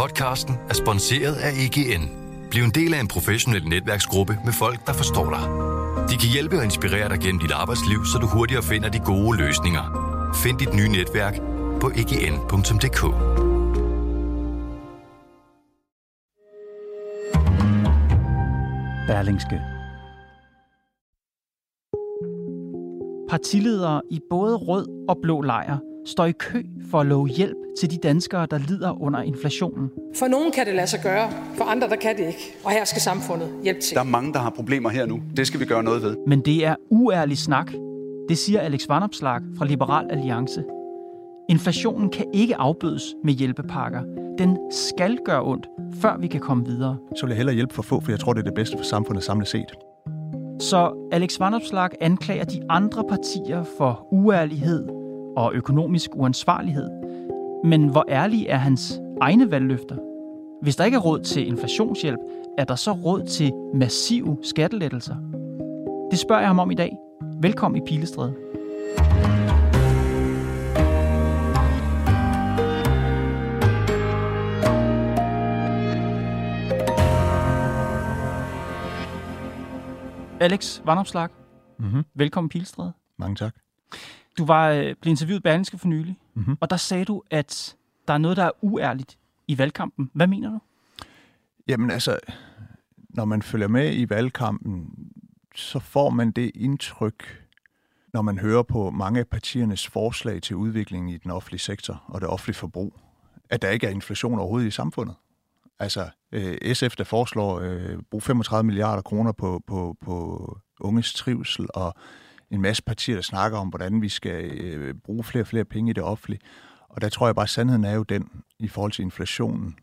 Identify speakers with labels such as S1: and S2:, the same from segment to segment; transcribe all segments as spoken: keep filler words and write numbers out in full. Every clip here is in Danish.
S1: Podcasten er sponsoreret af E G N. Bliv en del af en professionel netværksgruppe med folk, der forstår dig. De kan hjælpe og inspirere dig gennem dit arbejdsliv, så du hurtigere finder de gode løsninger. Find dit nye netværk på e g n punktum d k.
S2: Berlingske. Partiledere i både rød og blå lejr står i kø for at love hjælp til de danskere, der lider under inflationen.
S3: For nogen kan det lade sig gøre, for andre der kan det ikke. Og her skal samfundet hjælpe til.
S4: Der er mange, der har problemer her nu. Det skal vi gøre noget ved.
S2: Men det er uærlig snak. Det siger Alex Vanopslagh fra Liberal Alliance. Inflationen kan ikke afbødes med hjælpepakker. Den skal gøre ondt, før vi kan komme videre.
S5: Så vil jeg hellere hjælpe for få, for jeg tror, det er det bedste for samfundet samlet set.
S2: Så Alex Vanopslagh anklager de andre partier for uærlighed og økonomisk uansvarlighed. Men hvor ærlige er hans egne valgløfter? Hvis der ikke er råd til inflationshjælp, er der så råd til massive skattelettelser? Det spørger jeg ham om i dag. Velkommen i Pilestræde. Alex Vanopslagh,
S5: Mm-hmm.
S2: velkommen i Pilestræde.
S5: Mange tak.
S2: Du var øh, blevet interviewet i Berlingske for nylig,
S5: Mm-hmm.
S2: og der sagde du, at der er noget, der er uærligt i valgkampen. Hvad mener du?
S5: Jamen altså, når man følger med i valgkampen, så får man det indtryk, når man hører på mange af partiernes forslag til udviklingen i den offentlige sektor og det offentlige forbrug, at der ikke er inflation overhovedet i samfundet. Altså øh, S F, der foreslår øh, bruge femogtredive milliarder kroner på, på, på unges trivsel, og en masse partier, der snakker om, hvordan vi skal øh, bruge flere og flere penge i det offentlige. Og der tror jeg bare, at sandheden er jo den, i forhold til inflationen,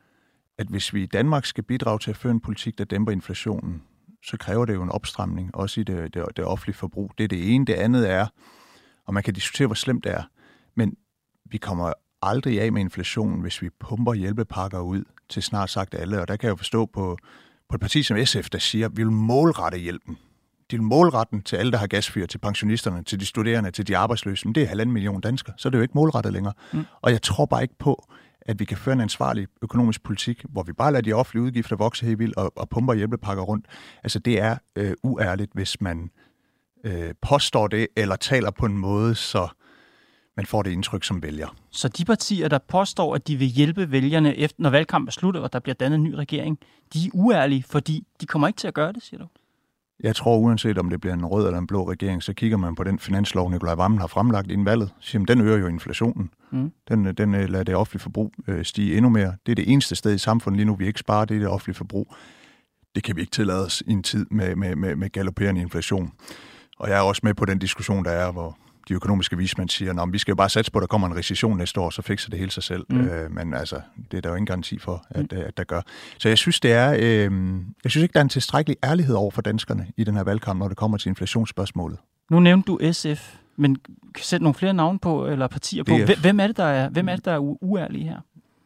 S5: at hvis vi i Danmark skal bidrage til at føre en politik, der dæmper inflationen, så kræver det jo en opstramning, også i det, det, det offentlige forbrug. Det er det ene. Det andet er, og man kan diskutere, hvor slemt det er, men vi kommer aldrig af med inflationen, hvis vi pumper hjælpepakker ud til snart sagt alle. Og der kan jeg jo forstå på, på et parti som S F, der siger, at vi vil målrette hjælpen. De vil målrette den til alle, der har gasfyr, til pensionisterne, til de studerende, til de arbejdsløse. Men det er halvanden million danskere, så er det jo ikke målrettet længere. Mm. Og jeg tror bare ikke på, at vi kan føre en ansvarlig økonomisk politik, hvor vi bare lader de offentlige udgifter vokse helt vildt og, og pumper hjælpepakker rundt. Altså det er øh, uærligt, hvis man øh, påstår det, eller taler på en måde, så man får det indtryk som vælger.
S2: Så de partier, der påstår, at de vil hjælpe vælgerne, efter, når valgkampen er sluttet, og der bliver dannet en ny regering, de er uærlige, fordi de kommer ikke til at gøre det, siger du?
S5: Jeg tror, uanset om det bliver en rød eller en blå regering, så kigger man på den finanslov, Nikolaj Wammen har fremlagt inden valget. Siger, den øger jo inflationen. Mm. Den, den lader det offentlige forbrug øh, stige endnu mere. Det er det eneste sted i samfundet lige nu, vi ikke sparer, det er det offentlige forbrug. Det kan vi ikke tillade os i en tid med, med, med, med galopperende inflation. Og jeg er også med på den diskussion, der er, hvor de økonomiske vismænd siger, at vi skal jo bare satse på, at der kommer en recession næste år, så fikser det hele sig selv. Mm. Øh, men altså, det er der jo ingen garanti for, at, mm. at der gør. Så jeg synes, det er, øh, jeg synes ikke, der er en tilstrækkelig ærlighed over for danskerne i den her valgkamp, når det kommer til inflationsspørgsmålet.
S2: Nu nævnte du S F, men kan sætte nogle flere navne på, eller partier på. D F. Hvem er det, der er, hvem er, det, der er u- uærlige her?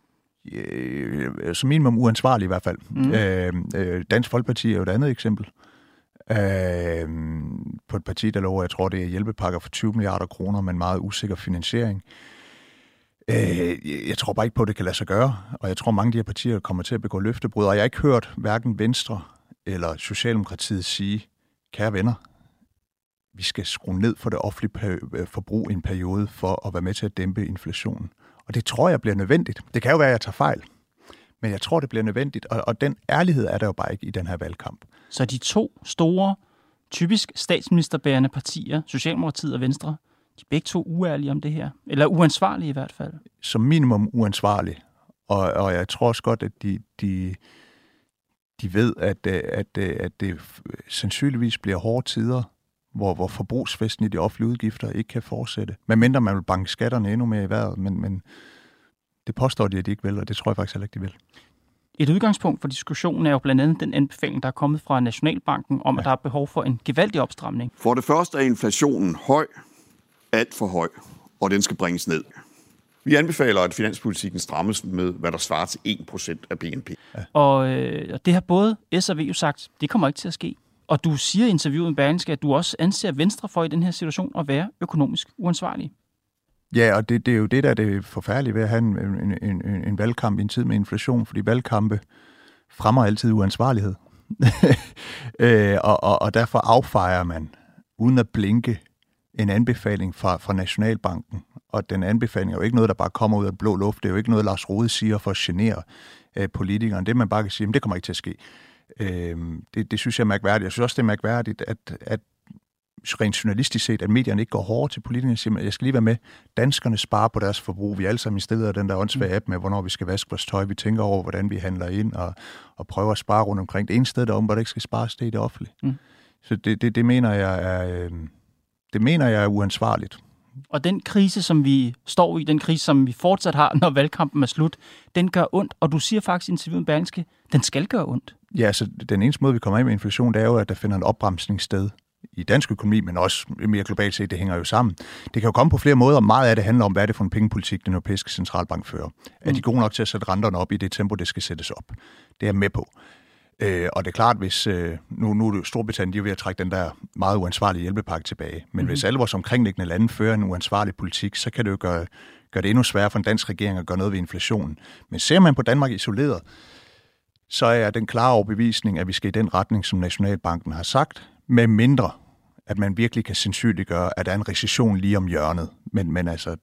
S5: Øh, som minimum uansvarlig i hvert fald. Mm. Øh, øh, Dansk Folkeparti er jo et andet eksempel. Øh, på et parti, der lover, jeg tror, det er hjælpepakker for tyve milliarder kroner, men meget usikker finansiering. Øh, jeg tror bare ikke på, at det kan lade sig gøre, og jeg tror, mange af de her partier kommer til at begå løftebrud, og jeg har ikke hørt hverken Venstre eller Socialdemokratiet sige, kære venner, vi skal skrue ned for det offentlige forbrug i en periode for at være med til at dæmpe inflationen. Og det tror jeg bliver nødvendigt. Det kan jo være, at jeg tager fejl, men jeg tror, det bliver nødvendigt, og, og den ærlighed er der jo bare ikke i den her valgkamp.
S2: Så de to store, typisk statsministerbærende partier, Socialdemokratiet og Venstre, de er begge to uærlige om det her. Eller uansvarlige i hvert fald.
S5: Som minimum uansvarlige. Og, og jeg tror også godt, at de, de, de ved, at, at, at det sandsynligvis bliver hårde tider, hvor, hvor forbrugsfesten i de offentlige udgifter ikke kan fortsætte. Medmindre man vil banke skatterne endnu mere i vejret, men, men det påstår de, at de ikke vil, og det tror jeg faktisk heller ikke, de vil.
S2: Et udgangspunkt for diskussionen er jo blandt andet den anbefaling, der er kommet fra Nationalbanken, om ja. At der er behov for en gevaldig opstramning.
S6: For det første er inflationen høj, alt for høj, og den skal bringes ned. Vi anbefaler, at finanspolitikken strammes med, hvad der svarer til en procent af B N P.
S2: Ja. Og øh, det har både S og V jo sagt, det kommer ikke til at ske. Og du siger i interviewet med Berlingske, at du også anser Venstre for i den her situation at være økonomisk uansvarlig.
S5: Ja, og det, det er jo det, der er det forfærdelige ved at have en, en, en, en valgkamp i en tid med inflation, fordi valgkampe fremmer altid uansvarlighed. øh, og, og, og derfor affejer man, uden at blinke, en anbefaling fra, fra Nationalbanken. Og den anbefaling er jo ikke noget, der bare kommer ud af blå luft. Det er jo ikke noget, Lars Rohde siger for at genere øh, politikeren. Det man bare kan sige, men det kommer ikke til at ske. Øh, det, det synes jeg er mærkværdigt. Jeg synes også, det er mærkværdigt, at, at rent journalistisk set, at medierne ikke går hårdere til politikerne og siger, jeg skal lige være med. Danskerne sparer på deres forbrug. Vi er alle sammen i stedet af den der åndssvage app med, hvornår vi skal vaske vores tøj. Vi tænker over, hvordan vi handler ind og, og prøver at spare rundt omkring. Det ene sted derom, hvor der ikke skal spares, det er det offentlige. Mm. Så det, det, det, mener jeg er, øh, det mener jeg er uansvarligt.
S2: Og den krise, som vi står i, den krise, som vi fortsat har, når valgkampen er slut, den gør ondt. Og du siger faktisk i interviewet med Berlingske, den skal gøre ondt.
S5: Ja, så den eneste måde, vi kommer af med inflation, det er jo, at der finder en opbremsning sted i dansk økonomi, men også mere globalt set, det hænger jo sammen. Det kan jo komme på flere måder, og meget af det handler om, hvad er det for en pengepolitik, den europæiske centralbank fører. Mm. Er de gode nok til at sætte renterne op i det tempo, det skal sættes op? Det er jeg med på. Øh, og det er klart, hvis øh, nu, nu er det Storbritannien, de er ved at trække den der meget uansvarlige hjælpepakke tilbage. Men mm. hvis alle vores omkringliggende lande fører en uansvarlig politik, så kan det jo gøre, gøre det endnu sværere for en dansk regering at gøre noget ved inflationen. Men ser man på Danmark isoleret, så er den klare overbevisning, at vi skal i den retning, som Nationalbanken har sagt, med mindre, at man virkelig kan sandsynliggøre, at der er en recession lige om hjørnet. Men, men altså,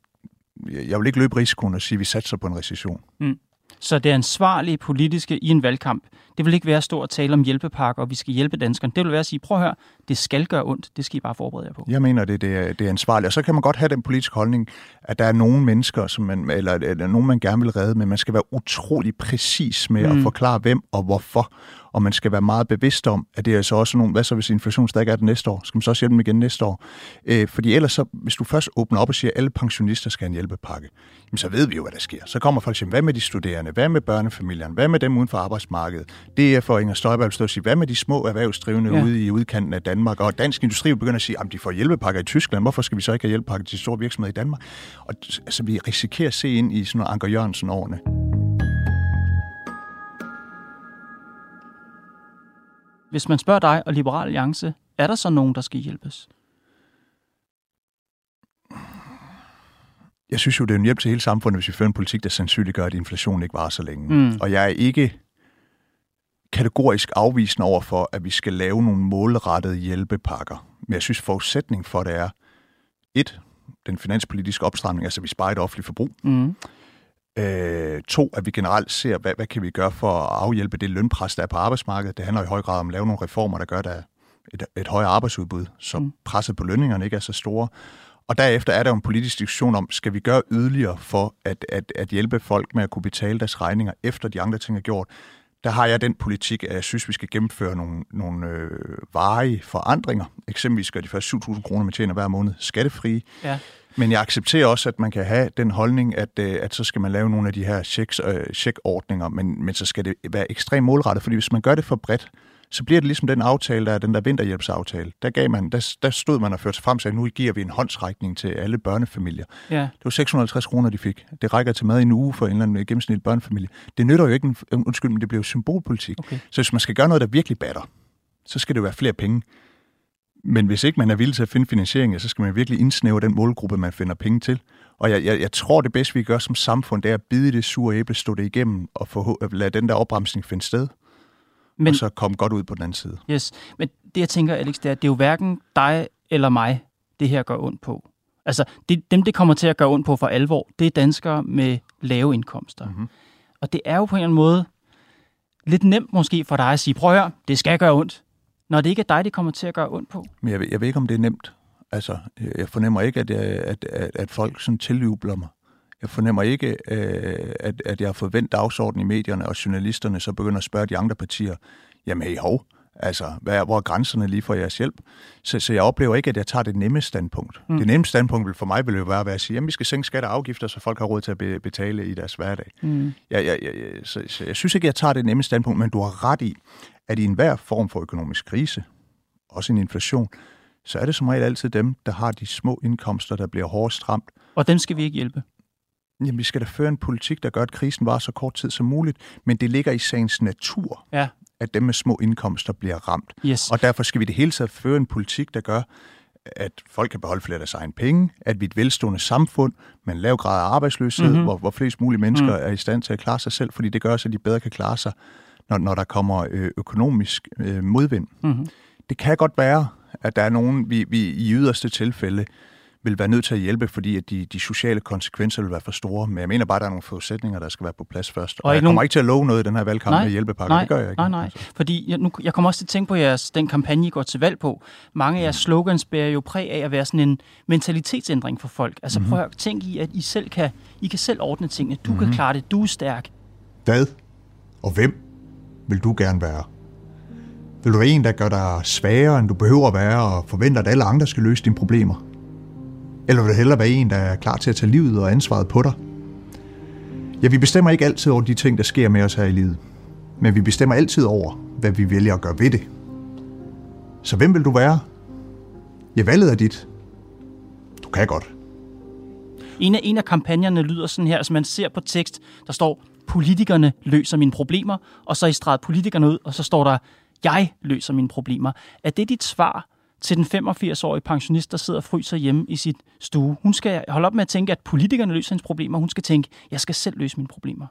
S5: jeg vil ikke løbe risikoen og sige, at vi satser på en recession. Mm.
S2: Så det ansvarlige politiske i en valgkamp, det vil ikke være at stå og tale om hjælpepakker, og vi skal hjælpe danskerne. Det vil være at sige, prøv at høre, det skal gøre ondt, det skal I bare forberede jer på.
S5: Jeg mener, det, det, er, det er ansvarligt. Og så kan man godt have den politiske holdning, at der er nogle mennesker, som man, eller, eller nogen, man gerne vil redde, men man skal være utrolig præcis med mm. at forklare, hvem og hvorfor. Og man skal være meget bevidst om, at det er altså også nogle, hvad så hvis inflationen stadig er det næste år? Skal man så også hjælpe dem igen næste år? Øh, fordi ellers, så, hvis du først åbner op og siger, at alle pensionister skal have en hjælpepakke, jamen, så ved vi jo, hvad der sker. Så kommer folk og siger, hvad med de studerende? Hvad med børnefamilierne? Hvad med dem uden for arbejdsmarkedet? Det er for Inger Støjberg vil stå og sige, hvad med de små erhvervsdrivende ja. ude i udkanten af Danmark? Og dansk industri vil begynde at sige, at de får hjælpepakker i Tyskland. Hvorfor skal vi så ikke have hjælpepakker til store virksomheder i Danmark? Og altså, vi risikerer at se ind i sådan nogle Anker Jørgensen-årene.
S2: Hvis man spørger dig og Liberal Alliance, er der så nogen, der skal hjælpes?
S5: Jeg synes jo, det er en hjælp til hele samfundet, hvis vi fører en politik, der sandsynligt gør, at inflationen ikke varer så længe. Mm. Og jeg er ikke kategorisk afvisende over for, at vi skal lave nogle målrettede hjælpepakker. Men jeg synes, forudsætningen for det er, et, den finanspolitiske opstramning, altså vi sparer et offentligt forbrug. Mm. Øh, to, at vi generelt ser, hvad, hvad kan vi gøre for at afhjælpe det lønpres, der er på arbejdsmarkedet. Det handler i høj grad om at lave nogle reformer, der gør, der et, et højere arbejdsudbud, så mm. presset på lønningerne ikke er så store. Og derefter er der jo en politisk diskussion om, skal vi gøre yderligere for at, at, at hjælpe folk med at kunne betale deres regninger, efter de andre ting er gjort. Der har jeg den politik, at jeg synes, vi skal gennemføre nogle, nogle øh, varige forandringer. Eksempelvis gør de første syv tusind kroner, man tjener hver måned, skattefrie. Ja. Men jeg accepterer også, at man kan have den holdning, at, at så skal man lave nogle af de her checks, øh, checkordninger, men, men så skal det være ekstremt målrettet, fordi hvis man gør det for bredt, så bliver det ligesom den aftale, der er den der vinterhjælpsaftale. Der, gav man, der, der stod man og førte sig frem til, at nu giver vi en håndsrækning til alle børnefamilier. Ja. Det var seks hundrede og halvtreds kroner, de fik. Det rækker til mad i en uge for en eller anden gennemsnitlig børnefamilie. Det nytter jo ikke en, undskyld, men det bliver jo symbolpolitik. Okay. Så hvis man skal gøre noget, der virkelig batter, så skal det jo være flere penge. Men hvis ikke man er villig til at finde finansiering, så skal man virkelig indsnævre den målgruppe, man finder penge til. Og jeg, jeg, jeg tror, det bedste, vi gør som samfund, det er at bide det sure æble, stå det igennem og få, lade den der opbremsning finde sted. Men, og så komme godt ud på den anden side.
S2: Yes, men det jeg tænker, Alex, det er, at det er jo hverken dig eller mig, det her gør ondt på. Altså, det, dem det kommer til at gøre ondt på for alvor, det er danskere med lave indkomster. Mm-hmm. Og det er jo på en eller anden måde lidt nemt måske for dig at sige, prøv at høre, det skal gøre ondt, når det ikke er dig, det kommer til at gøre ondt på.
S5: Men jeg ved, jeg ved ikke, om det er nemt. Altså, jeg fornemmer ikke, at, jeg, at, at, at folk sådan tiljubler mig. Jeg fornemmer ikke, at, at jeg har fået vendt dagsordenen i medierne, og journalisterne så begynder at spørge de andre partier, jamen hey, hov, altså, hvad er, hvor er grænserne lige for jeres hjælp? Så, så jeg oplever ikke, at jeg tager det nemme standpunkt. Mm. Det nemme standpunkt vil for mig vil jo være at sige, jamen vi skal sænke skatter og afgifter, så folk har råd til at betale i deres hverdag. Mm. Jeg, jeg, jeg, så, så jeg synes ikke, at jeg tager det nemme standpunkt, men du har ret i, at i enhver form for økonomisk krise, også en inflation, så er det som regel altid dem, der har de små indkomster, der bliver hårdest ramt.
S2: Og dem skal vi ikke hjælpe?
S5: Jamen, vi skal da føre en politik, der gør, at krisen varer så kort tid som muligt, men det ligger i sagens natur, ja. At dem med små indkomster bliver ramt. Yes. Og derfor skal vi det hele taget føre en politik, der gør, at folk kan beholde flere af deres egen penge, at vi er et velstående samfund med en lav grad af arbejdsløshed, mm-hmm. hvor, hvor flest mulige mennesker mm. er i stand til at klare sig selv, fordi det gør så, at de bedre kan klare sig, når, når der kommer øh, økonomisk øh, modvind. Mm-hmm. Det kan godt være, at der er nogen, vi, vi i yderste tilfælde vil være nødt til at hjælpe, fordi at de, de sociale konsekvenser vil være for store. Men jeg mener bare, at der er nogle forudsætninger, der skal være på plads først. Og, og jeg kommer nogen... ikke til at love noget i den her valgkamp nej, med hjælpepakker.
S2: Nej,
S5: det gør jeg ikke.
S2: Nej, nej. Altså. Fordi jeg, nu, jeg kommer også til at tænke på jeres, den kampagne, I går til valg på. Mange af jeres slogans bærer jo præg af at være sådan en mentalitetsændring for folk. Altså mm-hmm. prøv at tænke i, at I selv kan, I kan selv ordne tingene. Du mm-hmm. kan klare det. Du er stærk.
S5: Hvad og hvem vil du gerne være? Vil du være en, der gør dig svagere, end du behøver at være, og forventer, at alle andre skal løse dine problemer? Eller vil du hellere være en, der er klar til at tage livet og ansvaret på dig? Ja, vi bestemmer ikke altid over de ting, der sker med os her i livet. Men vi bestemmer altid over, hvad vi vælger at gøre ved det. Så hvem vil du være? Ja, valget er dit. Du kan godt.
S2: En af, en af kampagnerne lyder sådan her, altså man ser på tekst, der står, politikerne løser mine problemer, og så i streget politikerne ud, og så står der, jeg løser mine problemer. Er det dit svar til den femogfirs-årige pensionist, der sidder og fryser hjemme i sit stue? Hun skal holde op med at tænke, at politikerne løser hendes problemer. Hun skal tænke, jeg skal selv løse mine problemer.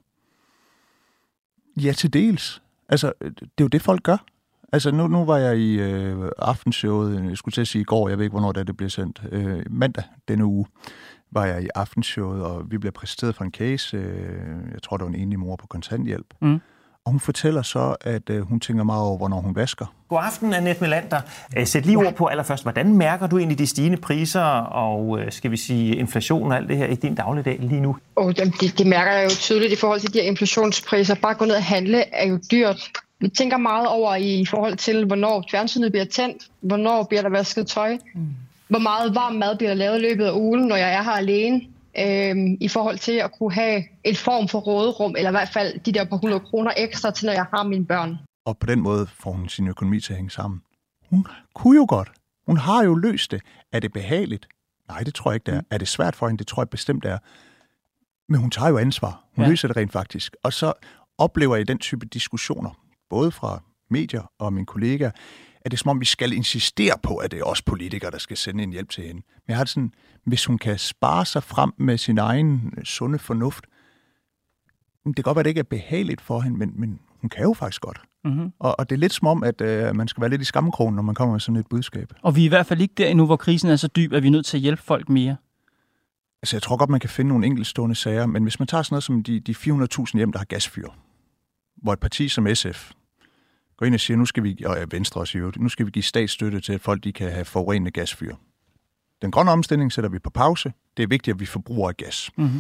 S5: Ja, til dels. Altså, det er jo det, folk gør. Altså, nu, nu var jeg i øh, aftenshowet, jeg skulle til at sige i går, jeg ved ikke, hvornår det, det bliver sendt, øh, mandag denne uge, var jeg i aftenshowet, og vi blev præsenteret for en case, øh, jeg tror, det var en enlig mor på kontanthjælp. Mm. Og hun fortæller så, at øh, hun tænker meget over, hvornår hun vasker.
S7: God aften, Annette Melander. Sæt lige ord på allerførst. Hvordan mærker du egentlig de stigende priser og, skal vi sige, inflation og alt det her i din dagligdag lige nu?
S8: Oh, det, det mærker jeg jo tydeligt i forhold til de her inflationspriser. Bare gå ned og handle er jo dyrt. Vi tænker meget over i forhold til, hvornår fjernsynet bliver tændt, hvornår bliver der vasket tøj, mm. hvor meget varm mad bliver der lavet i løbet af ugen, når jeg er her alene. Øhm, i forhold til at kunne have en form for råderum, eller i hvert fald de der par hundrede kroner ekstra til, når jeg har mine børn.
S5: Og på den måde får hun sin økonomi til at hænge sammen. Hun kunne jo godt. Hun har jo løst det. Er det behageligt? Nej, det tror jeg ikke, det er. Er det svært for hende? Det tror jeg bestemt, det er. Men hun tager jo ansvar. Hun ja. løser det rent faktisk. Og så oplever jeg den type diskussioner, både fra medier og mine kollegaer, at det er som om, vi skal insistere på, at det er os politikere, der skal sende en hjælp til hende. Men jeg har det sådan, hvis hun kan spare sig frem med sin egen sunde fornuft, det kan godt være, at det ikke er behageligt for hende, men, men hun kan jo faktisk godt. Mm-hmm. Og, og det er lidt som om, at øh, man skal være lidt i skammekrogen, når man kommer med sådan et budskab.
S2: Og vi er i hvert fald ikke der endnu, hvor krisen er så dyb, at vi er nødt til at hjælpe folk mere.
S5: Altså, jeg tror godt, man kan finde nogle enkeltstående sager, men hvis man tager sådan noget som de, de fire hundrede tusind hjem, der har gasfyr, hvor et parti som S F går ind og siger, nu skal vi, og Venstre også siger, nu skal vi give statsstøtte til, at folk de kan have forurenende gasfyr. Den grønne omstilling sætter vi på pause. Det er vigtigt, at vi forbruger gas. Mm-hmm.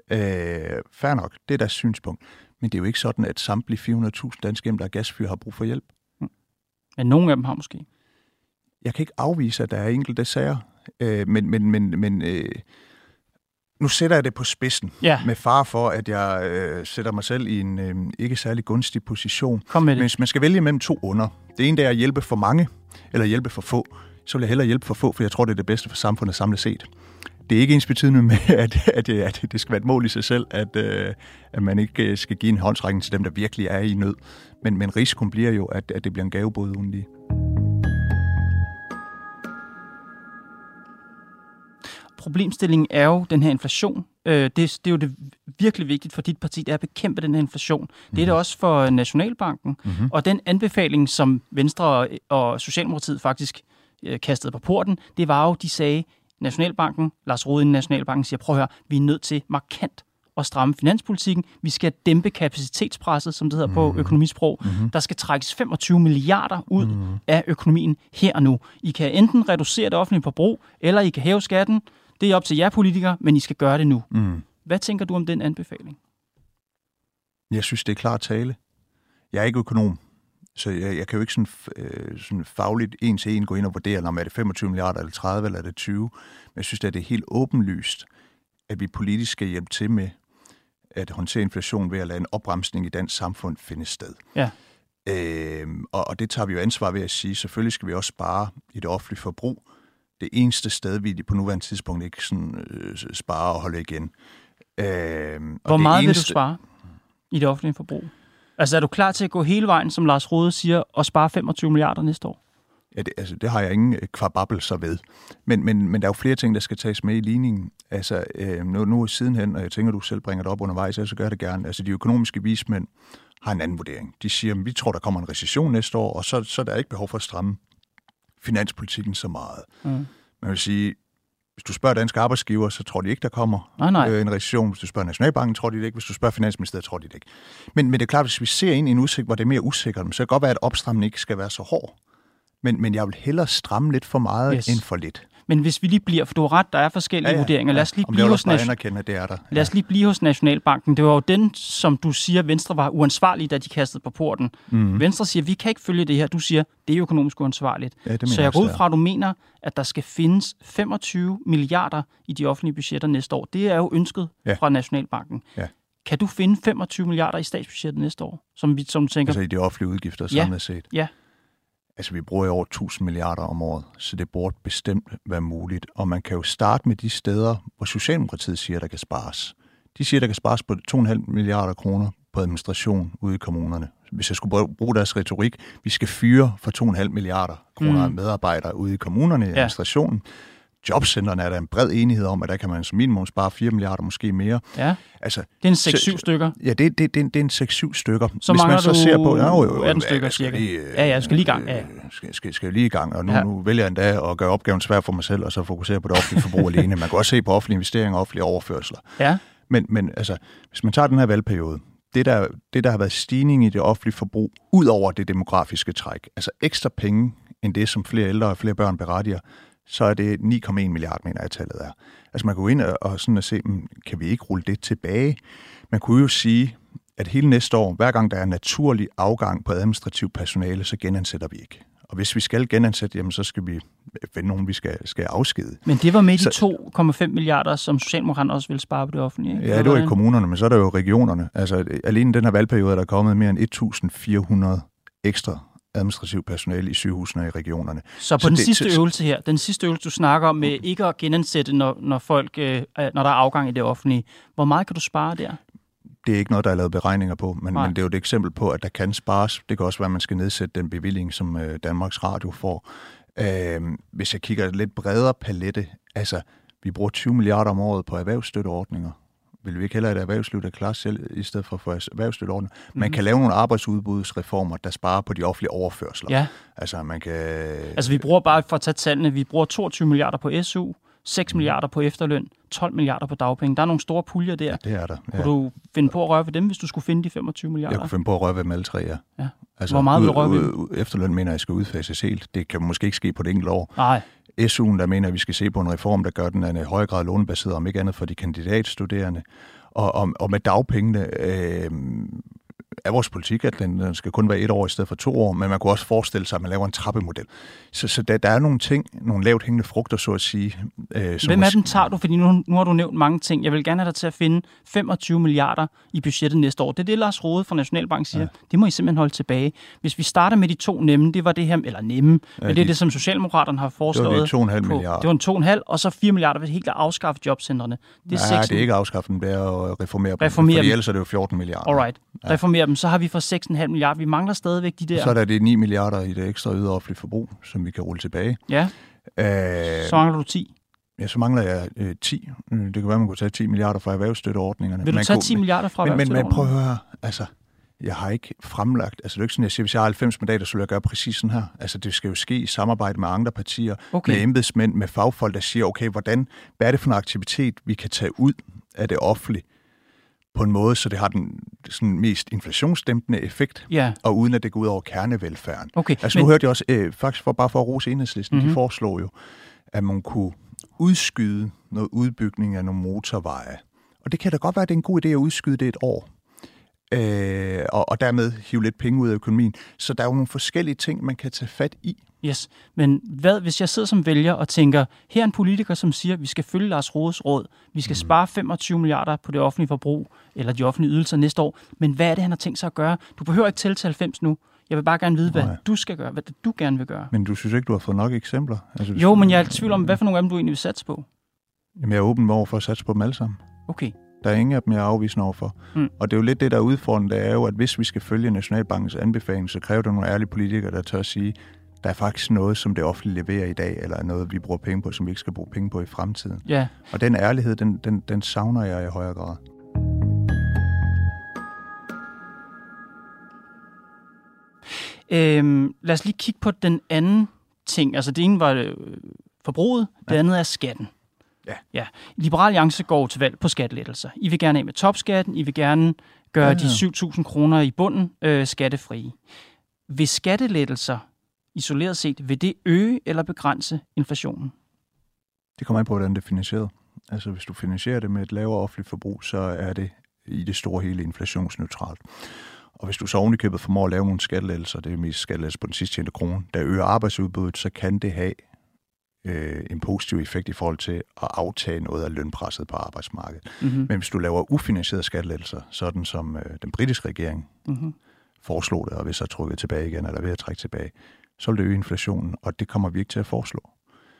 S5: Øh, fair nok, det er deres synspunkt. Men det er jo ikke sådan, at samtlige fire hundrede tusind danske hjem, der har gasfyr, har brug for hjælp.
S2: Mm. Men nogle af dem har måske.
S5: Jeg kan ikke afvise, at der er enkelte sager. Øh, men men, men, men øh, nu sætter jeg det på spidsen. Ja. Med fare for, at jeg øh, sætter mig selv i en øh, ikke særlig gunstig position.
S2: Kom med det.
S5: Men hvis man skal vælge mellem to onder. Det ene det er at hjælpe for mange, eller hjælpe for få. Så vil jeg hellere hjælpe for få, for jeg tror, det er det bedste for samfundet samlet set. Det er ikke ensbetydende med, at, at, at det skal være et mål i sig selv, at, at man ikke skal give en håndsrækning til dem, der virkelig er i nød. Men, men risikoen bliver jo, at, at det bliver en gavebod uden lige.
S2: Problemstillingen er jo den her inflation. Det, det er jo det virkelig vigtigt for dit parti, det er at bekæmpe den her inflation. Mm-hmm. Det er det også for Nationalbanken. Mm-hmm. Og den anbefaling, som Venstre og Socialdemokratiet faktisk kastede på porten, det var jo, de sagde, Nationalbanken, Lars Rohde i Nationalbanken siger, prøv at høre, vi er nødt til markant at stramme finanspolitikken. Vi skal dæmpe kapacitetspresset, som det hedder mm. på økonomisprog. Mm-hmm. Der skal trækkes femogtyve milliarder ud mm. af økonomien her og nu. I kan enten reducere det offentlige forbrug, eller I kan hæve skatten. Det er op til jer politikere, men I skal gøre det nu. Mm. Hvad tænker du om den anbefaling?
S5: Jeg synes, det er klart tale. Jeg er ikke økonom. Så jeg, jeg kan jo ikke sådan, øh, sådan fagligt en til en gå ind og vurdere, om er det femogtyve milliarder, eller tredive, eller er det tyve. Men jeg synes, at det er helt åbenlyst, at vi politisk skal hjælpe til med at håndtere inflation ved at lade en opbremsning i dansk samfund finde sted. Ja. Øh, og, og det tager vi jo ansvar ved at sige, selvfølgelig skal vi også spare i det offentlige forbrug. Det eneste sted, vi på nuværende tidspunkt ikke sådan, øh, sparer og holder igen. Øh,
S2: Hvor
S5: og
S2: meget
S5: eneste...
S2: vil du spare i det offentlige forbrug? Altså er du klar til at gå hele vejen, som Lars Rohde siger, og spare femogtyve milliarder næste år?
S5: Ja, det, altså, det har jeg ingen kvababelser ved. Men, men, men der er jo flere ting, der skal tages med i ligningen. Altså, øh, nu, nu sidenhen, og jeg tænker, du selv bringer det op undervejs, så gør jeg det gerne. Altså, de økonomiske vismænd har en anden vurdering. De siger, at vi tror, der kommer en recession næste år, og så, så er der ikke behov for at stramme finanspolitikken så meget. Mm. Man vil sige, hvis du spørger danske arbejdsgiver, så tror de ikke, der kommer
S2: nej, nej.
S5: Øh, en recession. Hvis du spørger Nationalbanken, tror de det ikke. Hvis du spørger Finansministeriet, tror de det ikke. Men, men det er klart, hvis vi ser ind i en udsigt, hvor det er mere usikkert, så kan det godt være, at opstramningen ikke skal være så hård. Men, men jeg vil hellere stramme lidt for meget yes. end for lidt.
S2: Men hvis vi lige bliver, for du har ret, der er forskellige ja, ja, vurderinger. Lad os lige
S5: ja,
S2: blive hos
S5: nation... det er der.
S2: Lad os lige blive hos Nationalbanken. Det var jo den, som du siger, Venstre var uansvarlig, da de kastede på porten. Mm. Venstre siger, vi kan ikke følge det her. Du siger, det er økonomisk uansvarligt. Ja, så jeg går ud fra, at du mener, at der skal findes femogtyve milliarder i de offentlige budgetter næste år. Det er jo ønsket ja. fra Nationalbanken. Ja. Kan du finde femogtyve milliarder i statsbudgettet næste år? Som vi som du tænker?
S5: Altså i de offentlige udgifter samlet
S2: ja.
S5: set?
S2: Ja.
S5: Altså, vi bruger jo over tusind milliarder om året, så det burde bestemt være muligt. Og man kan jo starte med de steder, hvor Socialdemokratiet siger, der kan spares. De siger, der kan spares på to komma fem milliarder kroner på administration ude i kommunerne. Hvis jeg skulle bruge deres retorik, vi skal fyre for to komma fem milliarder kroner af mm. medarbejdere ude i kommunerne i administrationen. Ja. Jobcentrene er der en bred enighed om, at der kan man som minimum spare fire milliarder, måske mere.
S2: Ja, altså, det er en seks syv stykker.
S5: Ja, det, det, det, det er en seks syv stykker.
S2: Så
S5: Hvis
S2: mangler
S5: man så
S2: du
S5: ser på, jo, jo,
S2: atten stykker cirka. Lige, ja, ja, skal lige i gang. Ja.
S5: Skal, skal, skal lige i gang, og nu, ja. nu vælger jeg endda at gøre opgaven svær for mig selv, og så fokusere på det offentlige forbrug alene. Man kan også se på offentlige investeringer og offentlige overførsler.
S2: Ja.
S5: Men, men altså, hvis man tager den her valgperiode, det der, det der har været stigning i det offentlige forbrug, ud over det demografiske træk, altså ekstra penge end det, som flere ældre og flere børn berettiger, så er det ni komma en milliard, mener jeg, tallet er. Altså man kan gå ind og, sådan at se, kan vi ikke rulle det tilbage? Man kunne jo sige, at hele næste år, hver gang der er naturlig afgang på administrativ personale, så genansætter vi ikke. Og hvis vi skal genansætte, jamen, så skal vi finde nogen, vi skal, skal afskede.
S2: Men det var med de to komma fem milliarder, som Socialdemokraterne også ville spare på det offentlige, ikke?
S5: Ja, det var i kommunerne, men så er der jo regionerne. Altså alene den her valgperiode er der kommet mere end et tusind fire hundrede ekstra administrativ personale i sygehusene og i regionerne.
S2: Så på så den det, sidste øvelse her, den sidste øvelse, du snakker om med ikke at genansætte, når, når, folk, øh, når der er afgang i det offentlige, hvor meget kan du spare der?
S5: Det er ikke noget, der er lavet beregninger på, men, men det er jo et eksempel på, at der kan spares. Det kan også være, at man skal nedsætte den bevilling, som øh, Danmarks Radio får. Øh, hvis jeg kigger lidt bredere palette, altså vi bruger tyve milliarder om året på erhvervsstøtteordninger. Vil vi ikke hellere et erhvervsliv, der klarer selv, i stedet for at få erhvervsstøtteordninger? Man mm-hmm. kan lave nogle arbejdsudbudsreformer, der sparer på de offentlige overførsler.
S2: Ja.
S5: Altså, man kan...
S2: Altså, vi bruger bare, for at tage tallene, vi bruger toogtyve milliarder på S U, seks milliarder på efterløn, tolv milliarder på dagpenge. Der er nogle store puljer der.
S5: Ja, det er der. Ja.
S2: Kunne du finde på at røre ved dem, hvis du skulle finde de femogtyve milliarder?
S5: Jeg kunne finde på at røre ved dem alle tre, ja.
S2: ja.
S5: Altså,
S2: hvor meget vil du røre ved dem?
S5: Efterløn mener jeg skal udfases helt. Det kan måske ikke ske på det enkelte år.
S2: Nej.
S5: S U'en, der mener at vi skal se på en reform, der gør den af en højere grad lånebaseret, om ikke andet for de kandidatstuderende. Og, og, og med dagpengene øh, er vores politik, at den, den skal kun være et år i stedet for to år, men man kunne også forestille sig, at man laver en trappemodel. Så, så der, der er nogle ting, nogle lavt hængende frugter, så at sige.
S2: Øh, Hvem af dem tager du? Fordi nu, nu har du nævnt mange ting. Jeg vil gerne have dig til at finde femogtyve milliarder i budgettet næste år. Det er det, Lars Rode fra Nationalbank siger. Ja. Det må I simpelthen holde tilbage. Hvis vi starter med de to nemme, det var det her, eller nemme, ja, men det er de, det, som Socialdemokraterne har foreslået.
S5: Det var de to komma fem milliarder.
S2: Det var en to komma fem, og så fire milliarder ved helt at afskaffe jobcentrene.
S5: Det er Nej, det er ikke afskaffe dem, det er at reformere dem. Reformere fordi dem. Ellers er det jo fjorten milliarder.
S2: Alright. Ja. Reformere dem, så har vi for seks komma fem milliarder. Vi mangler stadigvæk de der.
S5: Så er der det ni milliarder i det ekstra ydre offentlige forbrug, som vi kan rulle tilbage.
S2: Ja. Øh, så mangler du ti.
S5: Ja, så mangler jeg øh, ti. Det kan være, man kunne tage ti milliarder fra erhvervsstøtteordningerne.
S2: Vil du
S5: man
S2: tage
S5: kunne,
S2: ti milliarder fra erhvervsstøtteordningerne?
S5: Men, men prøv at høre, altså, jeg har ikke fremlagt, altså det er ikke sådan, jeg siger, hvis jeg har halvfems mandater, så vil jeg gøre præcis sådan her. Altså det skal jo ske i samarbejde med andre partier, okay. med embedsmænd, med fagfolk, der siger, okay, hvordan, hvad er det for en aktivitet, vi kan tage ud af det offentlige på en måde, så det har den sådan mest inflationsdæmpende effekt,
S2: ja.
S5: og uden at det går ud over kernevelfærden.
S2: Okay,
S5: altså nu men... hørte jeg også, øh, faktisk for, bare for at rose Enhedslisten, mm-hmm. de foreslår jo, at man kunne udskyde noget udbygning af nogle motorveje. Og det kan da godt være, at det er en god idé at udskyde det et år. Øh, og, og dermed hive lidt penge ud af økonomien. Så der er jo nogle forskellige ting, man kan tage fat i.
S2: Yes, men hvad, hvis jeg sidder som vælger og tænker, her er en politiker, som siger, at vi skal følge Lars Rodes råd, vi skal mm. spare femogtyve milliarder på det offentlige forbrug, eller de offentlige ydelser næste år, men hvad er det, han har tænkt sig at gøre? Du behøver ikke tælle til halvfems nu. Jeg vil bare gerne vide, hvad Nej. du skal gøre, hvad du gerne vil gøre.
S5: Men du synes ikke, du har fået nok eksempler? Altså,
S2: jo, men jeg er i tvivl om, hvad for nogle af dem, du egentlig vil satse på.
S5: Jamen, jeg er åben over for at satse på dem alle sammen.
S2: Okay.
S5: Der er ingen af dem, jeg er afvisende overfor. Mm. Og det er jo lidt det, der er udfordrende, det er jo, at hvis vi skal følge Nationalbankens anbefaling, så kræver det nogle ærlige politikere, der tør at sige, Der er faktisk noget, som det offentlige leverer i dag, eller noget, vi bruger penge på, som vi ikke skal bruge penge på i fremtiden.
S2: Ja.
S5: Og den ærlighed, den, den, den savner jeg i højere grad.
S2: Øhm, lad os lige kigge på den anden ting. Altså det ene var øh, forbruget, det ja. andet er skatten.
S5: Ja.
S2: ja. Liberal Alliance går til valg på skattelettelser. I vil gerne af med topskatten, I vil gerne gøre ja, ja. de syv tusind kroner i bunden øh, skattefrie. Vil skattelettelser isoleret set, vil det øge eller begrænse inflationen?
S5: Det kommer an på, hvordan det er finansieret. Altså hvis du finansierer det med et lavere offentligt forbrug, så er det i det store hele inflationsneutralt. Og hvis du så ovenikøbet formår at lave nogle skattelettelser, det er mest skattelettelser på den sidste tjente krone, der øger arbejdsudbuddet, så kan det have øh, en positiv effekt i forhold til at aftage noget af lønpresset på arbejdsmarkedet. Mm-hmm. Men hvis du laver ufinansierede skattelettelser, sådan som øh, den britiske regering mm-hmm. foreslog det, og hvis så trykket tilbage igen, eller ved at trække tilbage, så vil det øge inflationen, og det kommer vi ikke til at foreslå.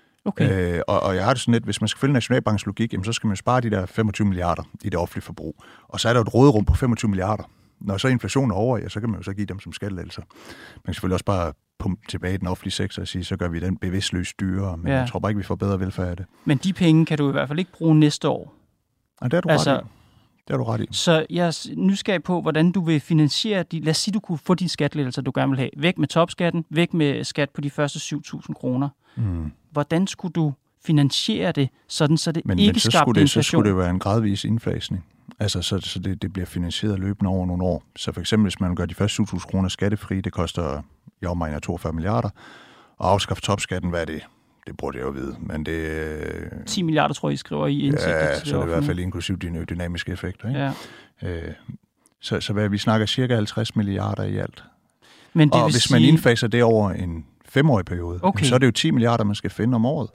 S5: Okay. Øh, og, og jeg har det sådan lidt, hvis man skal følge Nationalbankens logik, jamen, så skal man spare de der femogtyve milliarder i det offentlige forbrug. Og så er der et råderum på femogtyve milliarder. Når så inflationen er over, ja, så kan man jo så give dem som skattelettelser. Man kan selvfølgelig også bare pumpe tilbage i den offentlige sektor og sige, så gør vi den bevidstløst dyrere, men ja. jeg tror bare ikke, vi får bedre velfærd af det. Men
S2: de penge kan du i hvert fald ikke bruge næste år.
S5: Nej, det er du altså, ret i. Det er du ret i.
S2: Så jeg er nysgerrig på, hvordan du vil finansiere de. Lad os sige, du kunne få de skattelettelser, du gerne vil have. Væk med topskatten, væk med skat på de første syv tusind kroner. Mm. Hvordan skulle du finansiere det, sådan så det
S5: men,
S2: ikke
S5: men så
S2: skabte
S5: skulle det,
S2: inflation?
S5: Så skulle det være en gradvis indfasning. Altså, så, så det, det bliver finansieret løbende over nogle år. Så for eksempel, hvis man gør de første syv tusind kroner skattefri, det koster i omegn af toogfyrre milliarder. Og afskaffe topskatten, hvad er det? Det burde jeg jo vide, men det...
S2: ti milliarder, tror jeg, I skriver i indsigtet.
S5: Ja, så er det i hvert fald inklusiv de dynamiske effekter. Ikke?
S2: Ja.
S5: Øh, så, så hvad, vi snakker cirka halvtreds milliarder i alt.
S2: Men det
S5: og hvis
S2: sige...
S5: man indfaser det over en femårig periode, okay. så er det jo ti milliarder, man skal finde om året.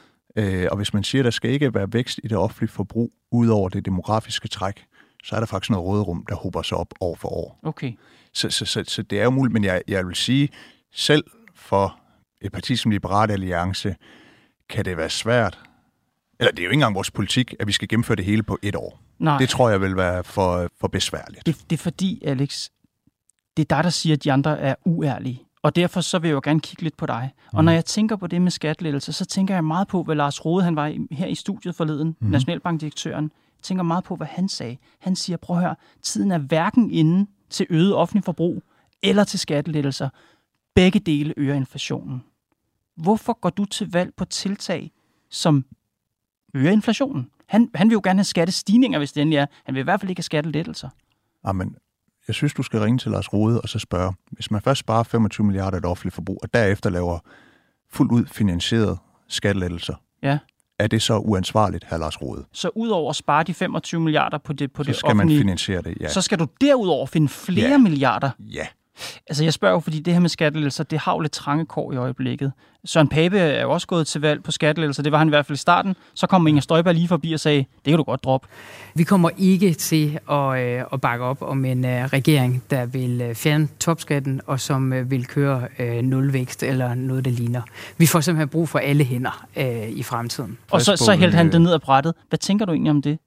S5: Øh, og hvis man siger, at der skal ikke være vækst i det offentlige forbrug, ud over det demografiske træk, så er der faktisk noget råderum, der hober sig op år for år.
S2: Okay.
S5: Så, så, så, så det er jo muligt, men jeg, jeg vil sige, selv for et parti som Liberal Alliance, kan det være svært, eller det er jo ikke engang vores politik, at vi skal gennemføre det hele på et år. Nej. Det tror jeg vil være for, for besværligt.
S2: Det, det er fordi, Alex, det er dig, der siger, at de andre er uærlige. Og derfor så vil jeg jo gerne kigge lidt på dig. Mm. Og når jeg tænker på det med skattelettelser, så tænker jeg meget på, hvad Lars Rohde, han var her i studiet forleden, mm. Nationalbankdirektøren, tænker meget på, hvad han sagde. Han siger, prøv at høre, tiden er hverken inde til øget offentlig forbrug eller til skattelettelser. Begge dele øger inflationen. Hvorfor går du til valg på tiltag, som øger inflationen? Han, han vil jo gerne have skattestigninger, hvis det endelig er. Han vil i hvert fald ikke have skattelettelser.
S5: Amen. Jeg synes, du skal ringe til Lars Rohde og så spørge, hvis man først sparer femogtyve milliarder i et offentligt forbrug, og derefter laver fuldt ud finansieret skattelettelser, ja. Er det så uansvarligt, hr. Lars Rohde?
S2: Så udover at spare de femogtyve milliarder på det, på
S5: så
S2: det
S5: skal
S2: offentlige,
S5: man finansiere det, ja.
S2: Så skal du derudover finde flere
S5: ja.
S2: milliarder?
S5: Ja.
S2: Altså jeg spørger jo, fordi det her med skattelettelser, det har jo lidt trange kår i øjeblikket. Søren Pape er jo også gået til valg på skattelettelser, det var han i hvert fald i starten. Så kom Inger Støjberg lige forbi og sagde, det kan du godt droppe.
S9: Vi kommer ikke til at, øh, at bakke op om en øh, regering, der vil øh, fjerne topskatten og som øh, vil køre øh, nulvækst eller noget, der ligner. Vi får simpelthen brug for alle hænder øh, i fremtiden.
S2: Og så, så hældte han det ned ad brættet. Hvad tænker du egentlig om det?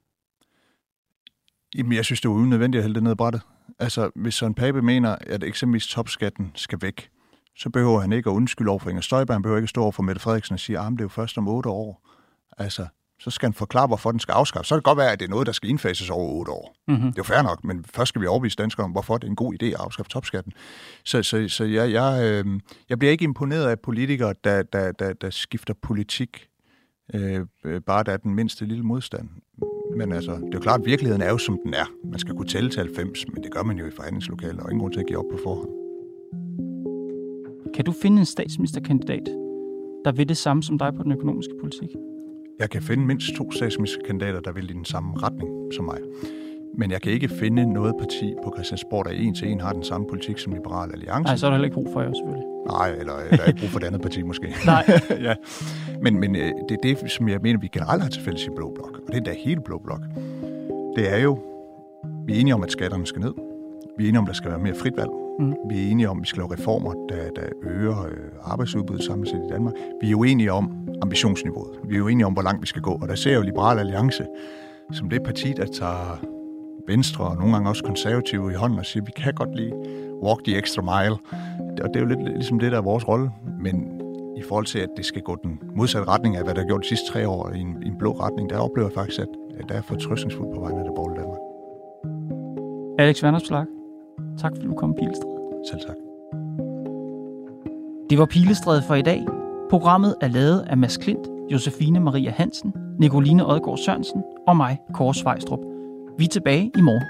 S5: Jamen, jeg synes, det er unødvendigt at hælde det ned ad brættet. Altså, hvis Søren Pape mener, at eksempelvis topskatten skal væk, så behøver han ikke at undskylde over for Inger Støjberg, han behøver ikke at stå over for Mette Frederiksen og sige, at det er jo først om otte år. Altså, så skal han forklare, hvorfor den skal afskaffes. Så kan det godt være, at det er noget, der skal indfases over otte år. Mm-hmm. Det er jo fair nok, men først skal vi overbevise danskere om, hvorfor det er en god idé at afskaffe topskatten. Så, så, så jeg, jeg, øh, jeg bliver ikke imponeret af politikere, der, der, der, der skifter politik, øh, bare der er den mindste lille modstand. Men altså, det er jo klart, at virkeligheden er jo, som den er. Man skal kunne tælle til halvfems, men det gør man jo i forhandlingslokaler, og ingen grund til at give op på forhånd.
S2: Kan du finde en statsministerkandidat, der vil det samme som dig på den økonomiske politik?
S5: Jeg kan finde mindst to statsministerkandidater, der vil i den samme retning som mig. Men jeg kan ikke finde noget parti på Christiansborg, der en til en har den samme politik som Liberal Alliance.
S2: Nej, så er der heller ikke brug for jer, selvfølgelig.
S5: Nej, eller der er ikke brug for det andet parti måske.
S2: Nej.
S5: ja. Men, men det er det, som jeg mener, vi generelt har til fælles i Blå Blok, og det er da hele Blå Blok. Det er jo, vi er enige om, at skatterne skal ned. Vi er enige om, at der skal være mere frit valg. Mm. Vi er enige om, at vi skal lave reformer, der, der øger øh, arbejdsudbuddet samlet set i Danmark. Vi er jo enige om ambitionsniveauet. Vi er jo enige om, hvor langt vi skal gå. Og der ser jeg jo Liberal Alliance som det parti, der tager Venstre og nogle gange også konservative i hånden og siger, at vi kan godt lige walk the extra mile. Og det er jo lidt ligesom det, der er vores rolle. Men i forhold til, at det skal gå den modsatte retning af, hvad der er gjort de sidste tre år i en, i en blå retning, der oplever jeg faktisk, at, at der er fortrøstningsfuldt på vegne af det borgerlige Danmark.
S2: Alex Vanopslagh, tak fordi du kom i Pilestræde.
S5: Selv tak.
S2: Det var Pilestræde for i dag. Programmet er lavet af Mads Klint, Josefine Maria Hansen, Nicoline Odgaard Sørensen og mig, Kåre Svejstrup. Vi er tilbage i morgen.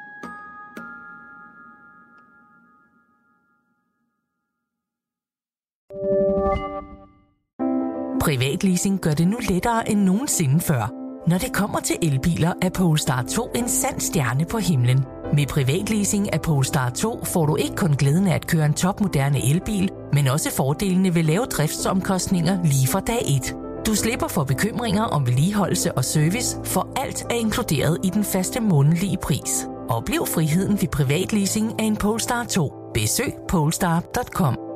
S10: Privatleasing gør det nu lettere end nogensinde før. Når det kommer til elbiler, er Polestar to en sand stjerne på himlen. Med privatleasing af Polestar to får du ikke kun glæden af at køre en topmoderne elbil, men også fordelene ved lave driftsomkostninger lige fra dag et. Du slipper for bekymringer om vedligeholdelse og service, for alt er inkluderet i den faste månedlige pris. Oplev friheden ved privatleasing af en Polestar to. Besøg polestar punktum com.